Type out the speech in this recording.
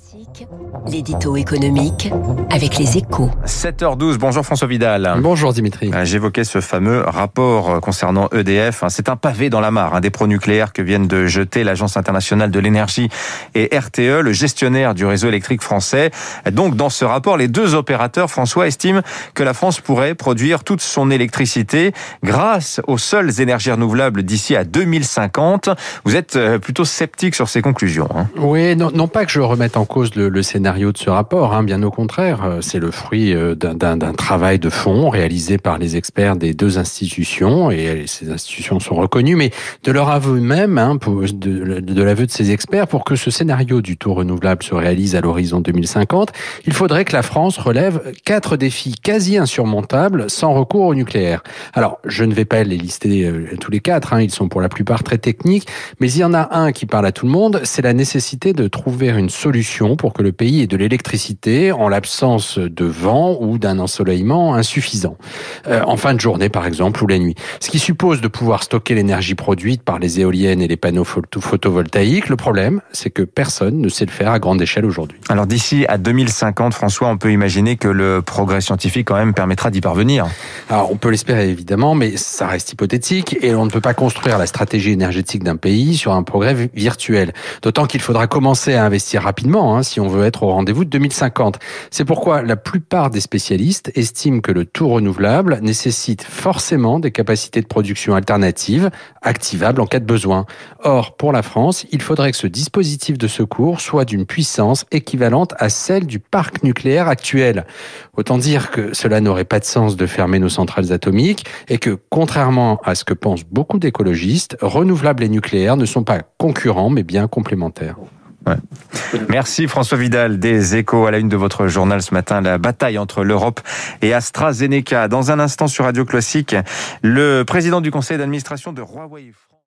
Classique, l'édito économique avec les Échos. 7h12, bonjour François Vidal. Bonjour Dimitri. J'évoquais ce fameux rapport concernant EDF. C'est un pavé dans la mare des pro-nucléaires que viennent de jeter l'Agence internationale de l'énergie et RTE, le gestionnaire du réseau électrique français. Donc dans ce rapport, les deux opérateurs, François, estiment que la France pourrait produire toute son électricité grâce aux seules énergies renouvelables d'ici à 2050. Vous êtes plutôt sceptique sur ces conclusions. Oui, non pas que je remette en cause le scénario de ce rapport, bien au contraire. C'est le fruit d'un travail de fond réalisé par les experts des deux institutions, et ces institutions sont reconnues, mais de leur aveu même, de l'aveu de ces experts, pour que ce scénario du taux renouvelable se réalise à l'horizon 2050, il faudrait que la France relève 4 défis quasi insurmontables sans recours au nucléaire. Alors, je ne vais pas les lister tous les 4, ils sont pour la plupart très techniques, mais il y en a un qui parle à tout le monde, c'est la nécessité de trouver une solution pour que le pays ait de l'électricité en l'absence de vent ou d'un ensoleillement insuffisant. En fin de journée, par exemple, ou la nuit. Ce qui suppose de pouvoir stocker l'énergie produite par les éoliennes et les panneaux photovoltaïques. Le problème, c'est que personne ne sait le faire à grande échelle aujourd'hui. Alors d'ici à 2050, François, on peut imaginer que le progrès scientifique quand même permettra d'y parvenir. Alors on peut l'espérer évidemment, mais ça reste hypothétique et on ne peut pas construire la stratégie énergétique d'un pays sur un progrès virtuel. D'autant qu'il faudra commencer à investir rapidement si on veut être au rendez-vous de 2050. C'est pourquoi la plupart des spécialistes estiment que le taux renouvelable nécessite forcément des capacités de production alternatives, activables en cas de besoin. Or, pour la France, il faudrait que ce dispositif de secours soit d'une puissance équivalente à celle du parc nucléaire actuel. Autant dire que cela n'aurait pas de sens de fermer nos centrales atomiques et que, contrairement à ce que pensent beaucoup d'écologistes, renouvelables et nucléaires ne sont pas concurrents mais bien complémentaires. Ouais. Merci François Vidal des Échos à la une de votre journal ce matin, la bataille entre l'Europe et AstraZeneca. Dans un instant sur Radio Classique, le président du conseil d'administration de Huawei France.